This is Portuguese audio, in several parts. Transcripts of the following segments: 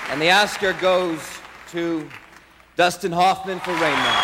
And the Oscar goes to Dustin Hoffman for Rain Man.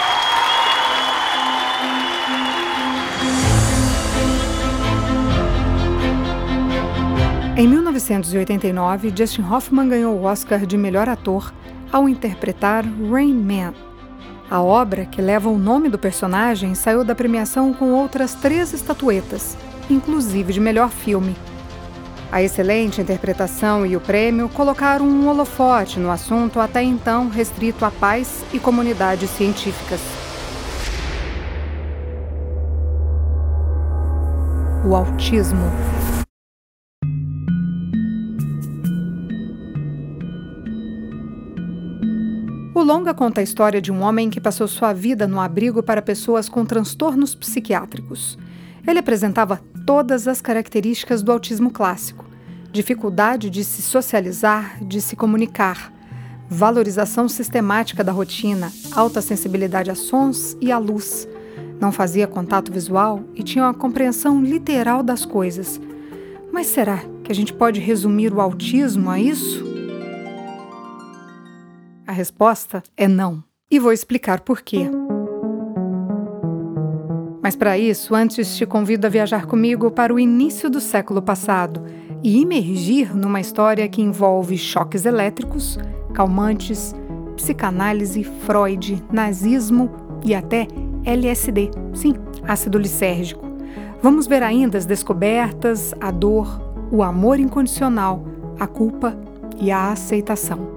Em 1989, Dustin Hoffman ganhou o Oscar de melhor ator ao interpretar Rain Man. A obra, que leva o nome do personagem, saiu da premiação com outras 3 estatuetas, inclusive de melhor filme. A excelente interpretação e o prêmio colocaram um holofote no assunto até então restrito a pais e comunidades científicas. O autismo. O longa conta a história de um homem que passou sua vida no abrigo para pessoas com transtornos psiquiátricos. Ele apresentava todas as características do autismo clássico: dificuldade de se socializar, de se comunicar, valorização sistemática da rotina, alta sensibilidade a sons e à luz. Não fazia contato visual e tinha uma compreensão literal das coisas. Mas será que a gente pode resumir o autismo a isso? A resposta é não. E vou explicar por quê. Mas para isso, antes te convido a viajar comigo para o início do século passado e imergir numa história que envolve choques elétricos, calmantes, psicanálise, Freud, nazismo e até LSD, sim, ácido lisérgico. Vamos ver ainda as descobertas, a dor, o amor incondicional, a culpa e a aceitação.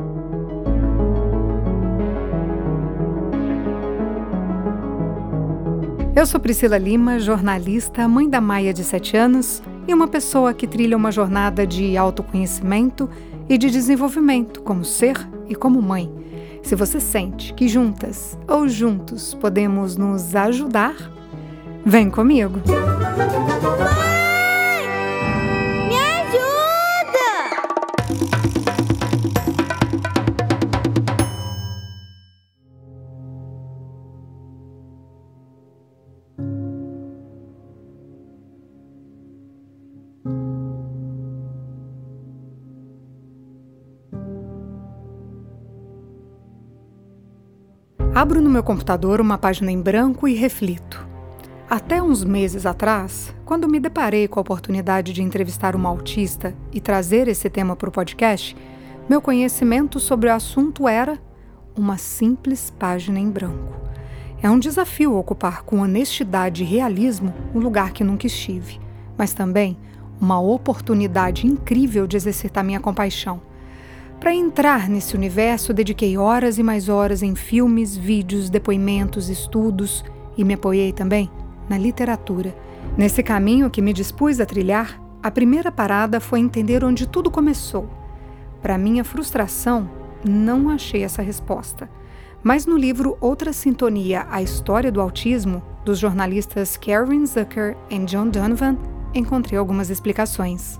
Eu sou Priscila Lima, jornalista, mãe da Maia de 7 anos e uma pessoa que trilha uma jornada de autoconhecimento e de desenvolvimento como ser e como mãe. Se você sente que juntas ou juntos podemos nos ajudar, vem comigo! Abro no meu computador uma página em branco e reflito. Até uns meses atrás, quando me deparei com a oportunidade de entrevistar uma autista e trazer esse tema para o podcast, meu conhecimento sobre o assunto era uma simples página em branco. É um desafio ocupar com honestidade e realismo um lugar que nunca estive, mas também uma oportunidade incrível de exercitar minha compaixão. Para entrar nesse universo, dediquei horas e mais horas em filmes, vídeos, depoimentos, estudos e me apoiei também na literatura. Nesse caminho que me dispus a trilhar, a primeira parada foi entender onde tudo começou. Para minha frustração, não achei essa resposta. Mas no livro Outra Sintonia, a História do Autismo, dos jornalistas Karen Zucker e John Donovan, encontrei algumas explicações.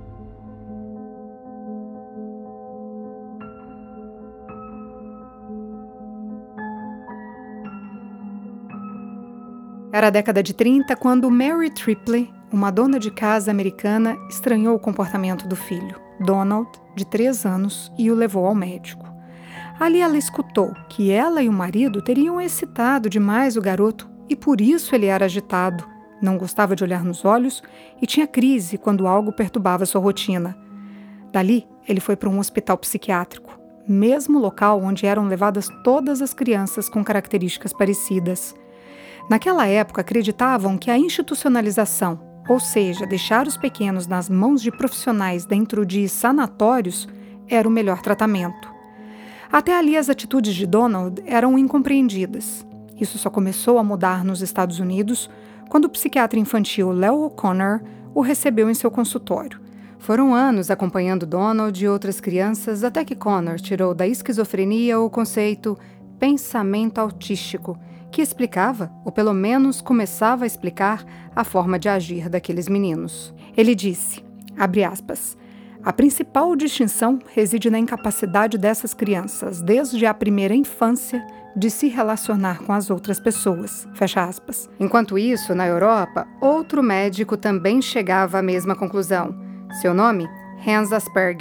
Era a década de 30 quando Mary Tripley, uma dona de casa americana, estranhou o comportamento do filho, Donald, de 3 anos, e o levou ao médico. Ali ela escutou que ela e o marido teriam excitado demais o garoto e por isso ele era agitado, não gostava de olhar nos olhos e tinha crise quando algo perturbava sua rotina. Dali, ele foi para um hospital psiquiátrico, mesmo local onde eram levadas todas as crianças com características parecidas. Naquela época, acreditavam que a institucionalização, ou seja, deixar os pequenos nas mãos de profissionais dentro de sanatórios, era o melhor tratamento. Até ali, as atitudes de Donald eram incompreendidas. Isso só começou a mudar nos Estados Unidos quando o psiquiatra infantil Leo O'Connor o recebeu em seu consultório. Foram anos acompanhando Donald e outras crianças até que Connor tirou da esquizofrenia o conceito pensamento autístico, que explicava, ou pelo menos começava a explicar, a forma de agir daqueles meninos. Ele disse, abre aspas, a principal distinção reside na incapacidade dessas crianças, desde a primeira infância, de se relacionar com as outras pessoas, fecha aspas. Enquanto isso, na Europa, outro médico também chegava à mesma conclusão. Seu nome? Hans Asperger.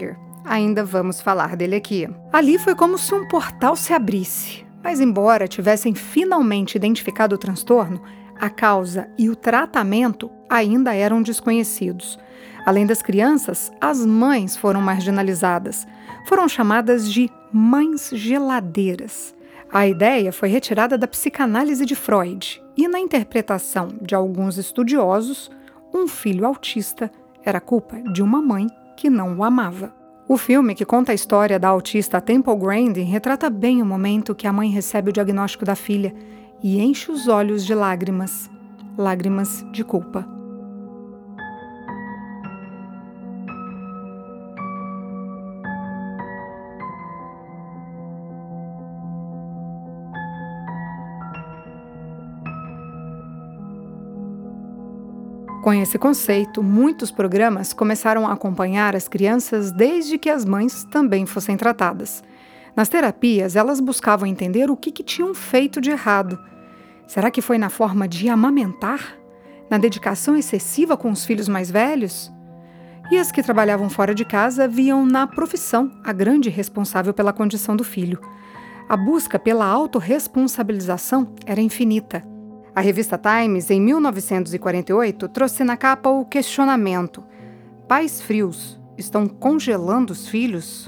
ainda vamos falar dele aqui. Ali foi como se um portal se abrisse, mas embora tivessem finalmente identificado o transtorno, a causa e o tratamento ainda eram desconhecidos. Além das crianças, as mães foram marginalizadas. Foram chamadas de mães geladeiras. A ideia foi retirada da psicanálise de Freud e, na interpretação de alguns estudiosos, um filho autista era culpa de uma mãe que não o amava. O filme, que conta a história da autista Temple Grandin, retrata bem o momento que a mãe recebe o diagnóstico da filha e enche os olhos de lágrimas, lágrimas de culpa. Com esse conceito, muitos programas começaram a acompanhar as crianças desde que as mães também fossem tratadas. Nas terapias, elas buscavam entender o que tinham feito de errado. Será que foi na forma de amamentar? Na dedicação excessiva com os filhos mais velhos? E as que trabalhavam fora de casa viam na profissão a grande responsável pela condição do filho. A busca pela autorresponsabilização era infinita. A revista Times, em 1948, trouxe na capa o questionamento: pais frios estão congelando os filhos?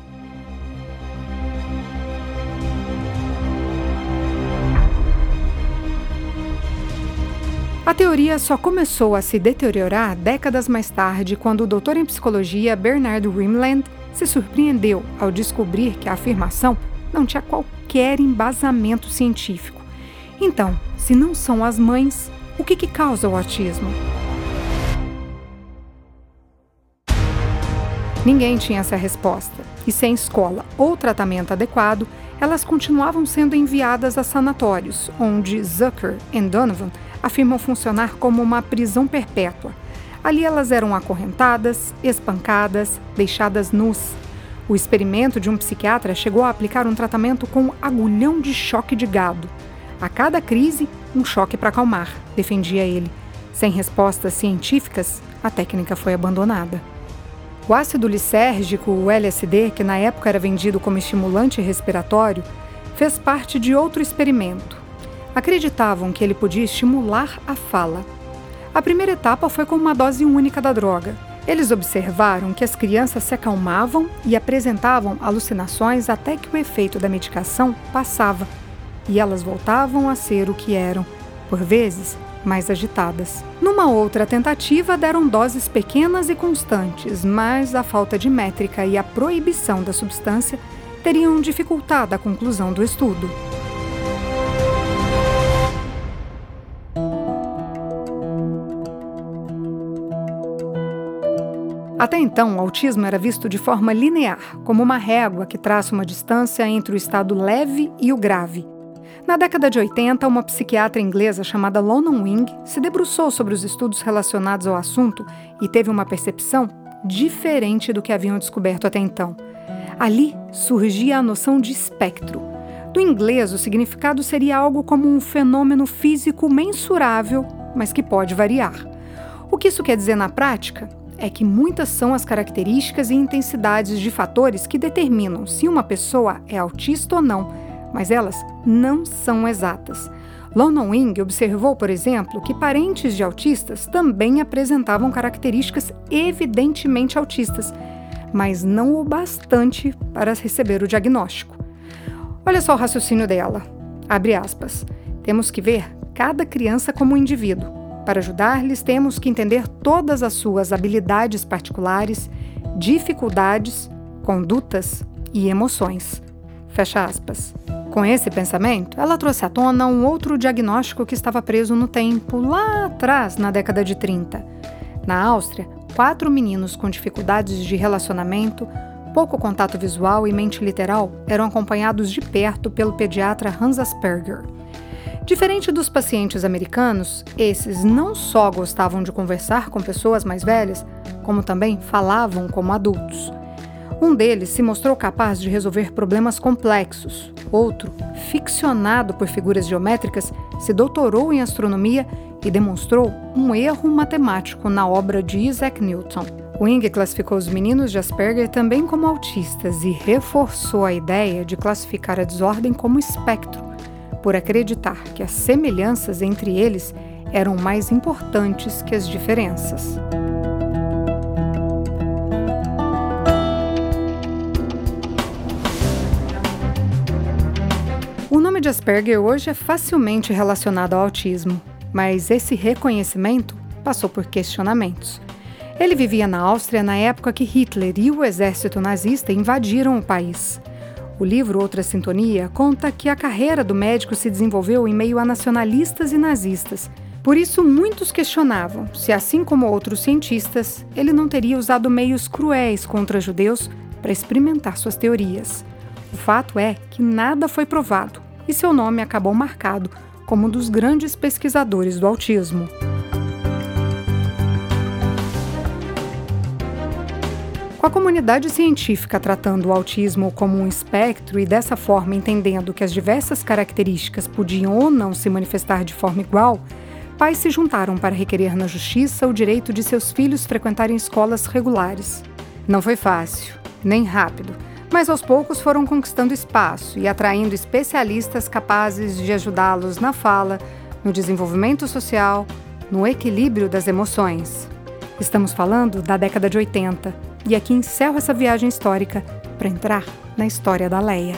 A teoria só começou a se deteriorar décadas mais tarde, quando o doutor em psicologia Bernard Rimland se surpreendeu ao descobrir que a afirmação não tinha qualquer embasamento científico. Então, se não são as mães, o que causa o autismo? Ninguém tinha essa resposta, e sem escola ou tratamento adequado, elas continuavam sendo enviadas a sanatórios, onde Zucker e Donovan afirmam funcionar como uma prisão perpétua. Ali elas eram acorrentadas, espancadas, deixadas nus. O experimento de um psiquiatra chegou a aplicar um tratamento com agulhão de choque de gado. A cada crise, um choque para acalmar, defendia ele. Sem respostas científicas, a técnica foi abandonada. O ácido lisérgico, o LSD, que na época era vendido como estimulante respiratório, fez parte de outro experimento. Acreditavam que ele podia estimular a fala. A primeira etapa foi com uma dose única da droga. Eles observaram que as crianças se acalmavam e apresentavam alucinações até que o efeito da medicação passava, e elas voltavam a ser o que eram, por vezes mais agitadas. Numa outra tentativa, deram doses pequenas e constantes, mas a falta de métrica e a proibição da substância teriam dificultado a conclusão do estudo. Até então, o autismo era visto de forma linear, como uma régua que traça uma distância entre o estado leve e o grave. Na década de 80, uma psiquiatra inglesa chamada Lona Wing se debruçou sobre os estudos relacionados ao assunto e teve uma percepção diferente do que haviam descoberto até então. Ali surgia a noção de espectro. Do inglês, o significado seria algo como um fenômeno físico mensurável, mas que pode variar. O que isso quer dizer na prática? É que muitas são as características e intensidades de fatores que determinam se uma pessoa é autista ou não, mas elas não são exatas. Lona Wing observou, por exemplo, que parentes de autistas também apresentavam características evidentemente autistas, mas não o bastante para receber o diagnóstico. Olha só o raciocínio dela. Abre aspas. Temos que ver cada criança como um indivíduo. Para ajudar-lhes, temos que entender todas as suas habilidades particulares, dificuldades, condutas e emoções. Fecha aspas. Com esse pensamento, ela trouxe à tona um outro diagnóstico que estava preso no tempo, lá atrás, na década de 30. Na Áustria, 4 meninos com dificuldades de relacionamento, pouco contato visual e mente literal eram acompanhados de perto pelo pediatra Hans Asperger. Diferente dos pacientes americanos, esses não só gostavam de conversar com pessoas mais velhas, como também falavam como adultos. Um deles se mostrou capaz de resolver problemas complexos. Outro, ficcionado por figuras geométricas, se doutorou em astronomia e demonstrou um erro matemático na obra de Isaac Newton. Wing classificou os meninos de Asperger também como autistas e reforçou a ideia de classificar a desordem como espectro, por acreditar que as semelhanças entre eles eram mais importantes que as diferenças. O nome de Asperger hoje é facilmente relacionado ao autismo, mas esse reconhecimento passou por questionamentos. Ele vivia na Áustria na época que Hitler e o exército nazista invadiram o país. O livro Outra Sintonia conta que a carreira do médico se desenvolveu em meio a nacionalistas e nazistas. Por isso, muitos questionavam se, assim como outros cientistas, ele não teria usado meios cruéis contra judeus para experimentar suas teorias. O fato é que nada foi provado e seu nome acabou marcado como um dos grandes pesquisadores do autismo. Com a comunidade científica tratando o autismo como um espectro e dessa forma entendendo que as diversas características podiam ou não se manifestar de forma igual, pais se juntaram para requerer na justiça o direito de seus filhos frequentarem escolas regulares. Não foi fácil, nem rápido, mas aos poucos foram conquistando espaço e atraindo especialistas capazes de ajudá-los na fala, no desenvolvimento social, no equilíbrio das emoções. Estamos falando da década de 80. E aqui encerro essa viagem histórica para entrar na história da Leia.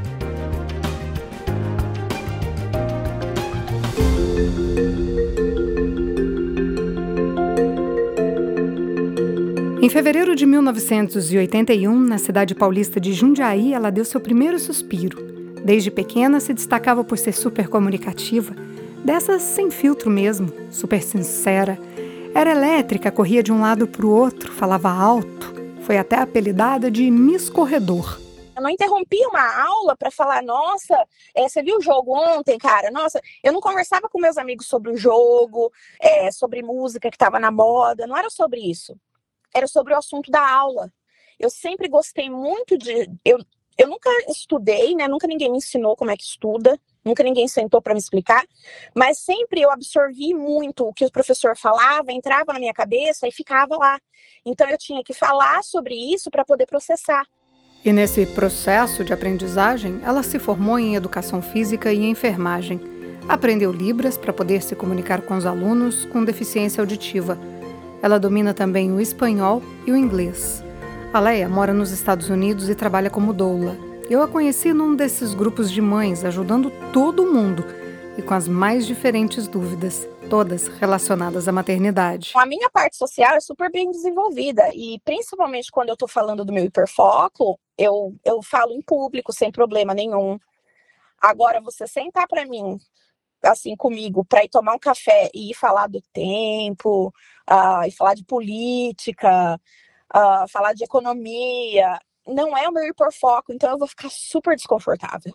Em fevereiro de 1981, na cidade paulista de Jundiaí, ela deu seu primeiro suspiro. Desde pequena se destacava por ser super comunicativa, dessas sem filtro mesmo, super sincera. Era elétrica, corria de um lado para o outro, falava alto. Foi até apelidada de Miss Corredor. Eu não interrompi uma aula para falar, nossa, você viu o jogo ontem, cara? Nossa, eu não conversava com meus amigos sobre o jogo, sobre música que estava na moda, não era sobre isso. Era sobre o assunto da aula. Eu sempre gostei muito de... Eu nunca estudei, né? Nunca ninguém me ensinou como é que estuda. Nunca ninguém sentou para me explicar, mas sempre eu absorvi muito o que o professor falava, entrava na minha cabeça e ficava lá. Então eu tinha que falar sobre isso para poder processar. E nesse processo de aprendizagem, ela se formou em educação física e enfermagem. Aprendeu Libras para poder se comunicar com os alunos com deficiência auditiva. Ela domina também o espanhol e o inglês. A Leia mora nos Estados Unidos e trabalha como doula. Eu a conheci num desses grupos de mães, ajudando todo mundo e com as mais diferentes dúvidas, todas relacionadas à maternidade. A minha parte social é super bem desenvolvida e principalmente quando eu estou falando do meu hiperfoco, eu falo em público sem problema nenhum. Agora, você sentar para mim, assim, comigo, para ir tomar um café e ir falar do tempo, e falar de política, falar de economia... não é o meu hiperfoco, então eu vou ficar super desconfortável.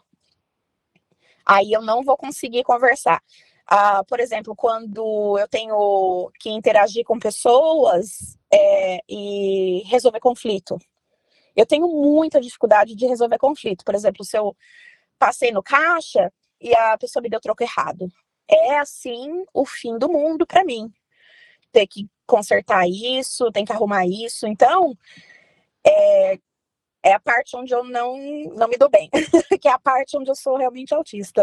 Aí eu não vou conseguir conversar. Por exemplo, quando eu tenho que interagir com pessoas e resolver conflito. Eu tenho muita dificuldade de resolver conflito. Por exemplo, se eu passei no caixa e a pessoa me deu troco errado. É assim o fim do mundo para mim. Ter que consertar isso, tem que arrumar isso. Então, é a parte onde eu não me dou bem, que é a parte onde eu sou realmente autista.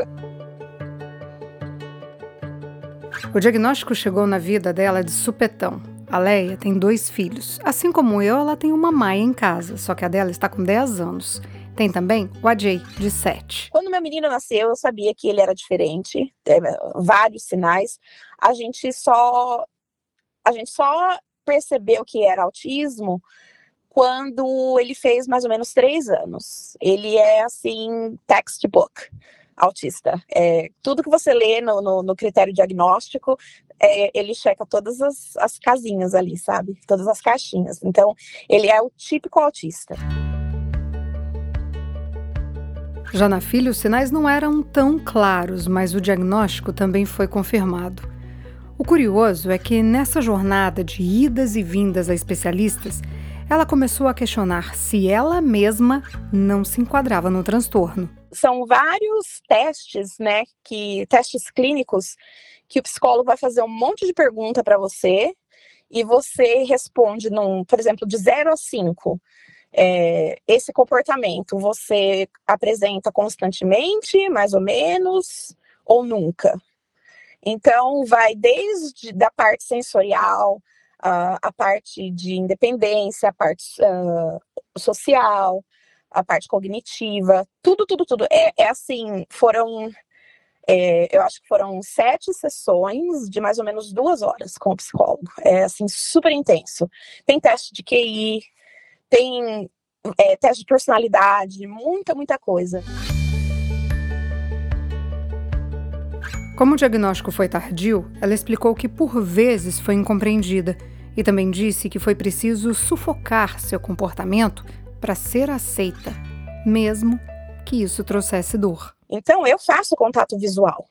O diagnóstico chegou na vida dela de supetão. A Leia tem 2 filhos. Assim como eu, ela tem uma Maia em casa, só que a dela está com 10 anos. Tem também o Ajay, de 7. Quando meu menino nasceu, eu sabia que ele era diferente, vários sinais. A gente só percebeu que era autismo quando ele fez mais ou menos 3 anos. Ele é, assim, textbook autista. Tudo que você lê no critério diagnóstico, ele checa todas as casinhas ali, sabe? Todas as caixinhas. Então, ele é o típico autista. Já na filha, os sinais não eram tão claros, mas o diagnóstico também foi confirmado. O curioso é que nessa jornada de idas e vindas a especialistas, ela começou a questionar se ela mesma não se enquadrava no transtorno. São vários testes, né, testes clínicos, que o psicólogo vai fazer um monte de pergunta para você e você responde, por exemplo, de 0 a 5, esse comportamento você apresenta constantemente, mais ou menos, ou nunca? Então, vai desde da parte sensorial, a parte de independência, a parte social, a parte cognitiva, tudo. É assim, eu acho que foram 7 sessões de mais ou menos 2 horas com o psicólogo. É assim, super intenso. Tem teste de QI, tem teste de personalidade, muita coisa. Como o diagnóstico foi tardio, ela explicou que por vezes foi incompreendida e também disse que foi preciso sufocar seu comportamento para ser aceita, mesmo que isso trouxesse dor. Então, eu faço contato visual,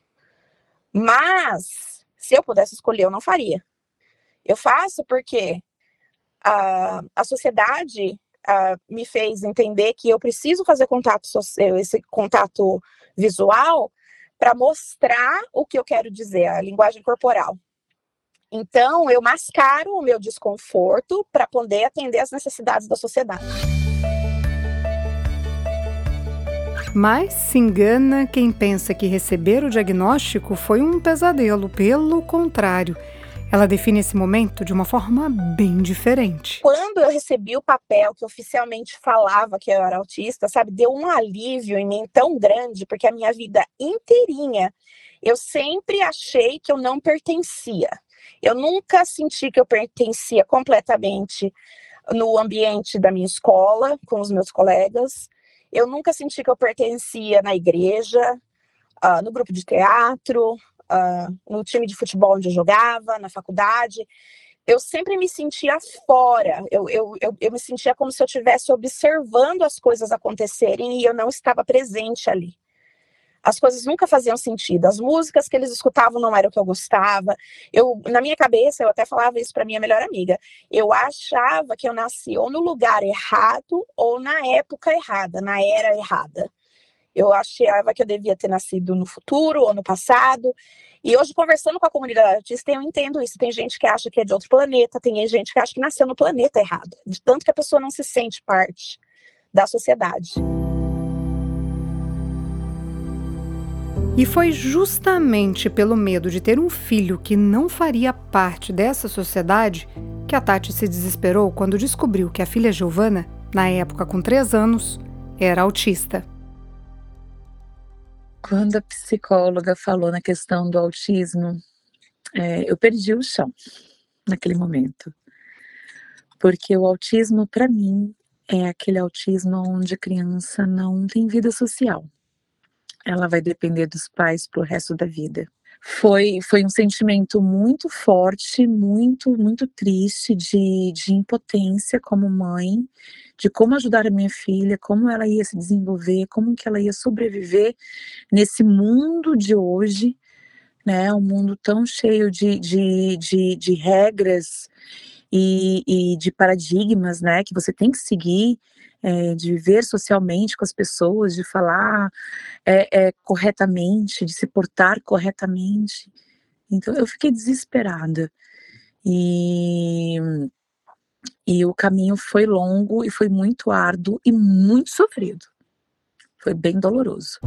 mas se eu pudesse escolher, eu não faria. Eu faço porque a sociedade me fez entender que eu preciso fazer esse contato visual para mostrar o que eu quero dizer, a linguagem corporal. Então, eu mascaro o meu desconforto para poder atender às necessidades da sociedade. Mas se engana quem pensa que receber o diagnóstico foi um pesadelo. Pelo contrário, ela define esse momento de uma forma bem diferente. Quando eu recebi o papel que oficialmente falava que eu era autista, sabe, deu um alívio em mim tão grande, porque a minha vida inteirinha eu sempre achei que eu não pertencia. Eu nunca senti que eu pertencia completamente no ambiente da minha escola, com os meus colegas. Eu nunca senti que eu pertencia na igreja, no grupo de teatro, no time de futebol onde eu jogava, na faculdade. Eu sempre me sentia fora, eu me sentia como se eu estivesse observando as coisas acontecerem e eu não estava presente ali. As coisas nunca faziam sentido, as músicas que eles escutavam não eram o que eu gostava. Na minha cabeça, eu até falava isso para minha melhor amiga, eu achava que eu nasci ou no lugar errado ou na época errada, na era errada. Eu achava que eu devia ter nascido no futuro ou no passado. E hoje, conversando com a comunidade autista, eu entendo isso. Tem gente que acha que é de outro planeta, tem gente que acha que nasceu no planeta errado. De tanto que a pessoa não se sente parte da sociedade. E foi justamente pelo medo de ter um filho que não faria parte dessa sociedade que a Tati se desesperou quando descobriu que a filha Giovana, na época com 3 anos, era autista. Quando a psicóloga falou na questão do autismo, eu perdi o chão naquele momento. Porque o autismo, para mim, é aquele autismo onde a criança não tem vida social. Ela vai depender dos pais pro resto da vida. Foi um sentimento muito forte, muito triste de impotência como mãe, de como ajudar a minha filha, como ela ia se desenvolver, como que ela ia sobreviver nesse mundo de hoje, né? Um mundo tão cheio de regras e de paradigmas, né? Que você tem que seguir, de viver socialmente com as pessoas, de falar corretamente, de se portar corretamente. Então eu fiquei desesperada e o caminho foi longo e foi muito árduo e muito sofrido. Foi bem doloroso.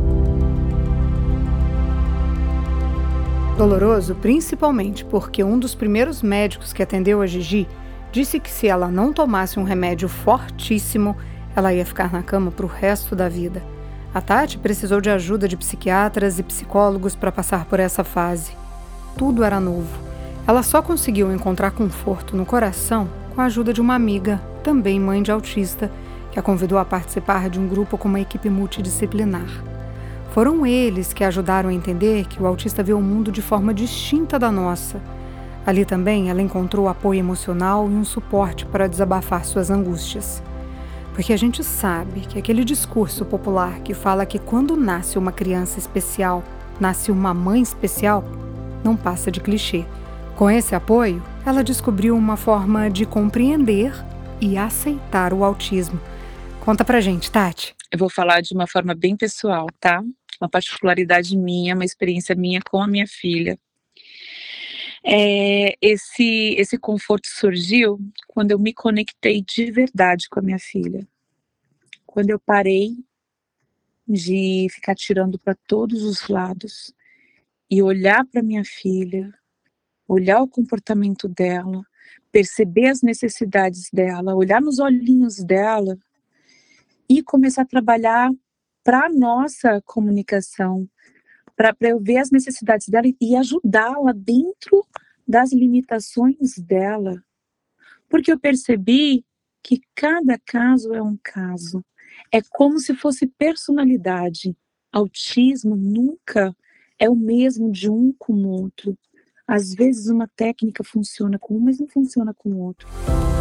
Doloroso principalmente porque um dos primeiros médicos que atendeu a Gigi disse que se ela não tomasse um remédio fortíssimo, ela ia ficar na cama para o resto da vida. A Tati precisou de ajuda de psiquiatras e psicólogos para passar por essa fase. Tudo era novo. Ela só conseguiu encontrar conforto no coração com a ajuda de uma amiga, também mãe de autista, que a convidou a participar de um grupo com uma equipe multidisciplinar. Foram eles que a ajudaram a entender que o autista vê o mundo de forma distinta da nossa. Ali também ela encontrou apoio emocional e um suporte para desabafar suas angústias. Porque a gente sabe que aquele discurso popular que fala que quando nasce uma criança especial, nasce uma mãe especial, não passa de clichê. Com esse apoio, ela descobriu uma forma de compreender e aceitar o autismo. Conta pra gente, Tati. Eu vou falar de uma forma bem pessoal, tá? Uma particularidade minha, uma experiência minha com a minha filha. Esse conforto surgiu quando eu me conectei de verdade com a minha filha. Quando eu parei de ficar tirando para todos os lados e olhar para minha filha, olhar o comportamento dela, perceber as necessidades dela, olhar nos olhinhos dela e começar a trabalhar para a nossa comunicação, para eu ver as necessidades dela e ajudá-la dentro das limitações dela. Porque eu percebi que cada caso é um caso. É como se fosse personalidade. Autismo nunca é o mesmo de um com o outro. Às vezes uma técnica funciona com um, mas não funciona com o outro.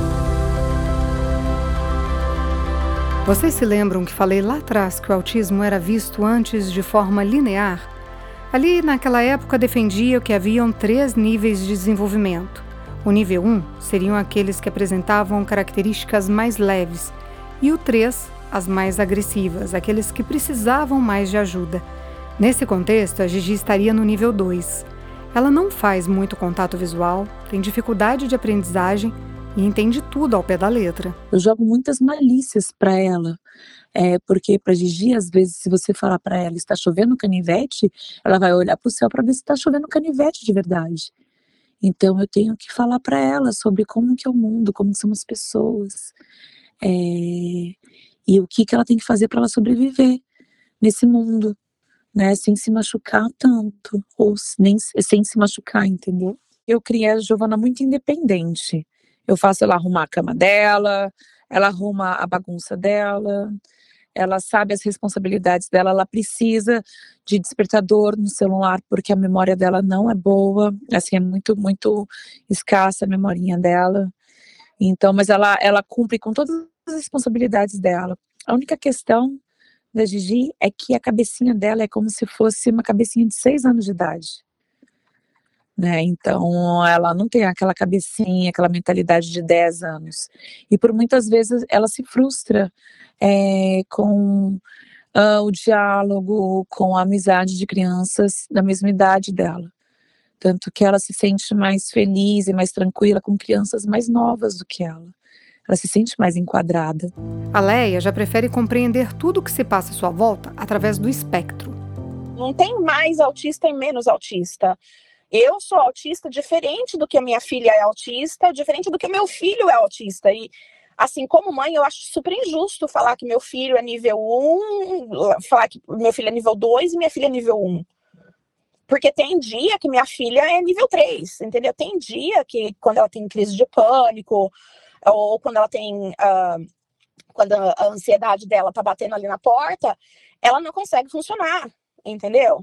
Vocês se lembram que falei lá atrás que o autismo era visto antes de forma linear? Ali, naquela época, defendia que haviam 3 níveis de desenvolvimento. O nível 1 seriam aqueles que apresentavam características mais leves, e o 3, as mais agressivas, aqueles que precisavam mais de ajuda. Nesse contexto, a Gigi estaria no nível 2. Ela não faz muito contato visual, tem dificuldade de aprendizagem e entende tudo ao pé da letra. Eu jogo muitas malícias para ela, porque para Gigi, às vezes, se você falar para ela está chovendo canivete, ela vai olhar para o céu para ver se está chovendo canivete de verdade. Então eu tenho que falar para ela sobre como que é o mundo, como são as pessoas, e o que ela tem que fazer para ela sobreviver nesse mundo, né, sem se machucar tanto, ou nem sem se machucar, entendeu? Eu criei a Giovana muito independente. Eu faço ela arrumar a cama dela, ela arruma a bagunça dela, ela sabe as responsabilidades dela, ela precisa de despertador no celular, porque a memória dela não é boa, assim, é muito, muito escassa a memorinha dela. Então, mas ela cumpre com todas as responsabilidades dela. A única questão da Gigi é que a cabecinha dela é como se fosse uma cabecinha de 6 anos de idade, né? Então ela não tem aquela cabecinha, aquela mentalidade de 10 anos. E por muitas vezes ela se frustra com o diálogo, com a amizade de crianças da mesma idade dela. Tanto que ela se sente mais feliz e mais tranquila com crianças mais novas do que ela. Ela se sente mais enquadrada. A Leia já prefere compreender tudo o que se passa à sua volta através do espectro. Não tem mais autista e menos autista. Eu sou autista diferente do que a minha filha é autista, diferente do que o meu filho é autista. E, assim, como mãe, eu acho super injusto falar que meu filho é nível 1, falar que meu filho é nível 2 e minha filha é nível 1. Porque tem dia que minha filha é nível 3, entendeu? Tem dia que, quando ela tem crise de pânico, ou quando ela tem... quando a ansiedade dela tá batendo ali na porta, ela não consegue funcionar, entendeu?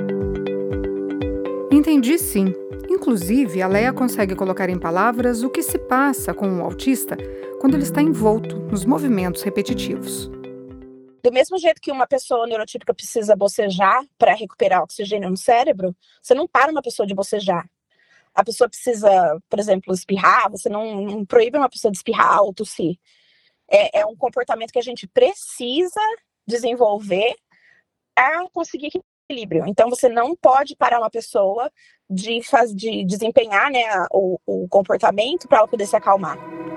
Entendi, sim. Inclusive, a Leia consegue colocar em palavras o que se passa com o autista quando ele está envolto nos movimentos repetitivos. Do mesmo jeito que uma pessoa neurotípica precisa bocejar para recuperar oxigênio no cérebro, você não para uma pessoa de bocejar. A pessoa precisa, por exemplo, espirrar, você não proíbe uma pessoa de espirrar ou tossir. É um comportamento que a gente precisa desenvolver para conseguir equilíbrio. Então, você não pode parar uma pessoa de desempenhar, né, o comportamento para ela poder se acalmar.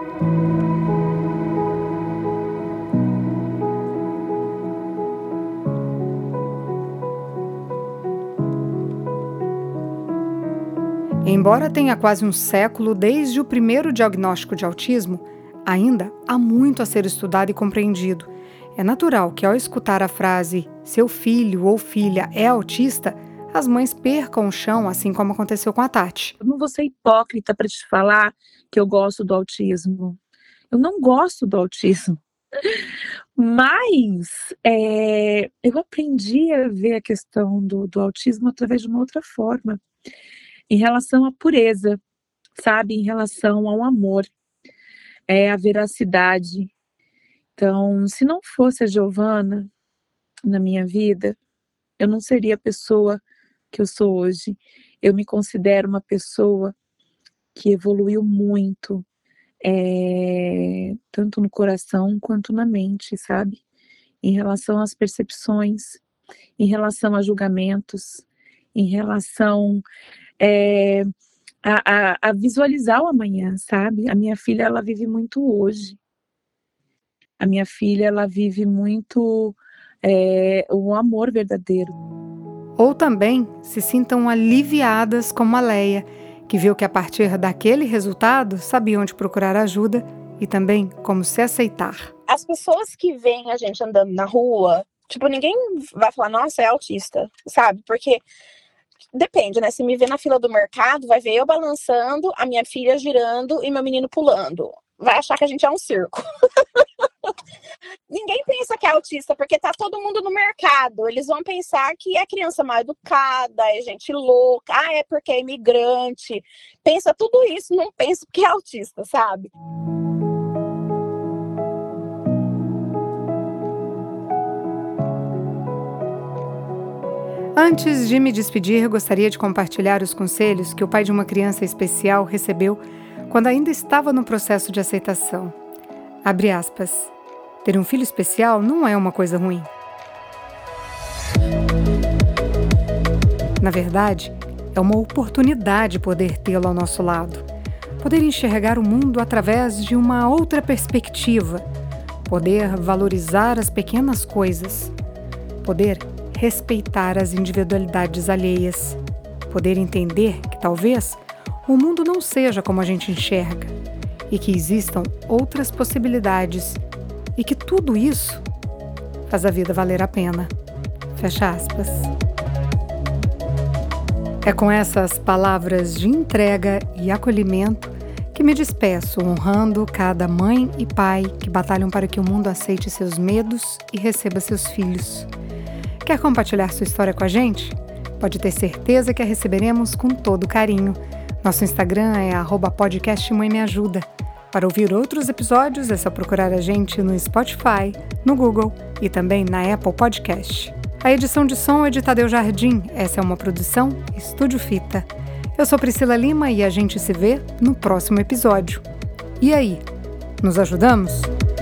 Embora tenha quase um século desde o primeiro diagnóstico de autismo, ainda há muito a ser estudado e compreendido. É natural que, ao escutar a frase "seu filho ou filha é autista", as mães percam o chão, assim como aconteceu com a Tati. Eu não vou ser hipócrita para te falar que eu gosto do autismo. Eu não gosto do autismo. Mas eu aprendi a ver a questão do autismo através de uma outra forma. Em relação à pureza, sabe? Em relação ao amor, a veracidade. Então, se não fosse a Giovana na minha vida, eu não seria a pessoa que eu sou hoje. Eu me considero uma pessoa que evoluiu muito, tanto no coração quanto na mente, sabe? Em relação às percepções, em relação a julgamentos, em relação a visualizar o amanhã, sabe? A minha filha, ela vive muito hoje. A minha filha, ela vive muito o amor verdadeiro. Ou também se sintam aliviadas como a Leia, que viu que a partir daquele resultado sabia onde procurar ajuda e também como se aceitar. As pessoas que veem a gente andando na rua, tipo, ninguém vai falar, nossa, é autista, sabe? Porque depende, né? Se me vê na fila do mercado, vai ver eu balançando, a minha filha girando e meu menino pulando. Vai achar que a gente é um circo. Ninguém pensa que é autista, porque tá todo mundo no mercado. Eles vão pensar que é criança mal educada, é gente louca, é porque é imigrante. Pensa tudo isso, não pensa que é autista, sabe? Antes de me despedir, gostaria de compartilhar os conselhos que o pai de uma criança especial recebeu quando ainda estava no processo de aceitação. Abre aspas. Ter um filho especial não é uma coisa ruim. Na verdade, é uma oportunidade poder tê-lo ao nosso lado. Poder enxergar o mundo através de uma outra perspectiva. Poder valorizar as pequenas coisas. Poder respeitar as individualidades alheias. Poder entender que talvez o mundo não seja como a gente enxerga e que existam outras possibilidades e que tudo isso faz a vida valer a pena. Fecha aspas. É com essas palavras de entrega e acolhimento que me despeço, honrando cada mãe e pai que batalham para que o mundo aceite seus medos e receba seus filhos. Quer compartilhar sua história com a gente? Pode ter certeza que a receberemos com todo carinho. Nosso Instagram é @podcastmãemeajuda. Para ouvir outros episódios é só procurar a gente no Spotify, no Google e também na Apple Podcast. A edição de som é de Tadeu Jardim. Essa é uma produção Estúdio Fita. Eu sou Priscila Lima e a gente se vê no próximo episódio. E aí, nos ajudamos?